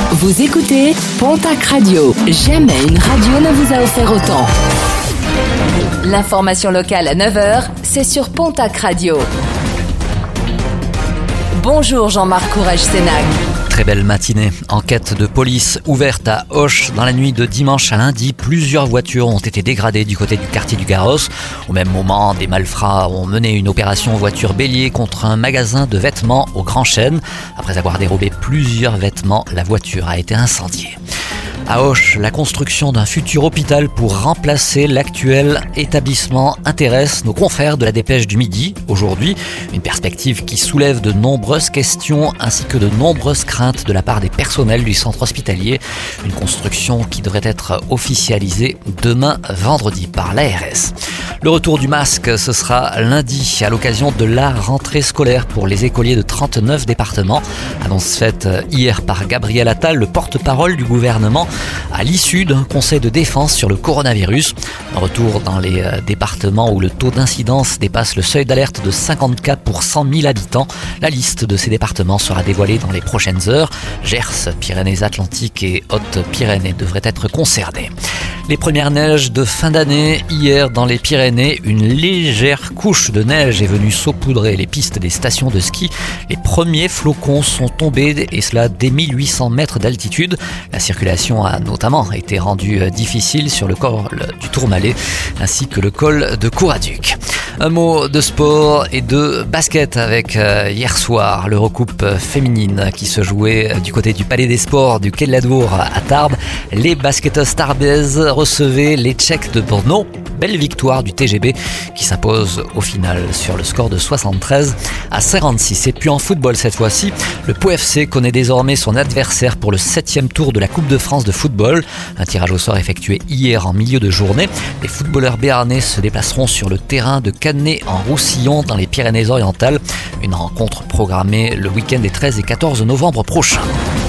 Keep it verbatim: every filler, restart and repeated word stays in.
Vous écoutez Pontac Radio. Jamais une radio ne vous a offert autant. L'information locale à neuf heures, c'est sur Pontac Radio. Bonjour Jean-Marc Courage-Sénac. Très belle matinée. Enquête de police ouverte à Auch. Dans la nuit de dimanche à lundi, plusieurs voitures ont été dégradées du côté du quartier du Garros. Au même moment, des malfrats ont mené une opération voiture bélier contre un magasin de vêtements au Grand Chêne. Après avoir dérobé plusieurs vêtements, la voiture a été incendiée. À Auch, la construction d'un futur hôpital pour remplacer l'actuel établissement intéresse nos confrères de la Dépêche du Midi. Aujourd'hui, une perspective qui soulève de nombreuses questions ainsi que de nombreuses craintes de la part des personnels du centre hospitalier. Une construction qui devrait être officialisée demain vendredi par l'A R S. Le retour du masque, ce sera lundi à l'occasion de la rentrée scolaire pour les écoliers de trente-neuf départements. Annonce faite hier par Gabriel Attal, le porte-parole du gouvernement, à l'issue d'un conseil de défense sur le coronavirus. Un retour dans les départements où le taux d'incidence dépasse le seuil d'alerte de cinquante cas pour cent mille habitants. La liste de ces départements sera dévoilée dans les prochaines heures. Gers, Pyrénées-Atlantiques et Hautes-Pyrénées devraient être concernés. Les premières neiges de fin d'année, hier dans les Pyrénées, une légère couche de neige est venue saupoudrer les pistes des stations de ski. Les premiers flocons sont tombés et cela dès mille huit cents mètres d'altitude. La circulation a notamment été rendue difficile sur le col du Tourmalet ainsi que le col de Couraduc. Un mot de sport et de basket avec euh, hier soir l'Eurocoupe féminine qui se jouait du côté du Palais des Sports du Quai de la Dour à Tarbes. Les basketteuses tarbaises recevaient les Tchèques de Brno. Belle victoire du T G B qui s'impose au final sur le score de soixante-treize à cinquante-six. Et puis en football cette fois-ci, le Pau F C connaît désormais son adversaire pour le septième tour de la Coupe de France de football. Un tirage au sort effectué hier en milieu de journée. Les footballeurs béarnais se déplaceront sur le terrain de Canet en Roussillon dans les Pyrénées-Orientales. Une rencontre programmée le week-end des treize et quatorze novembre prochains.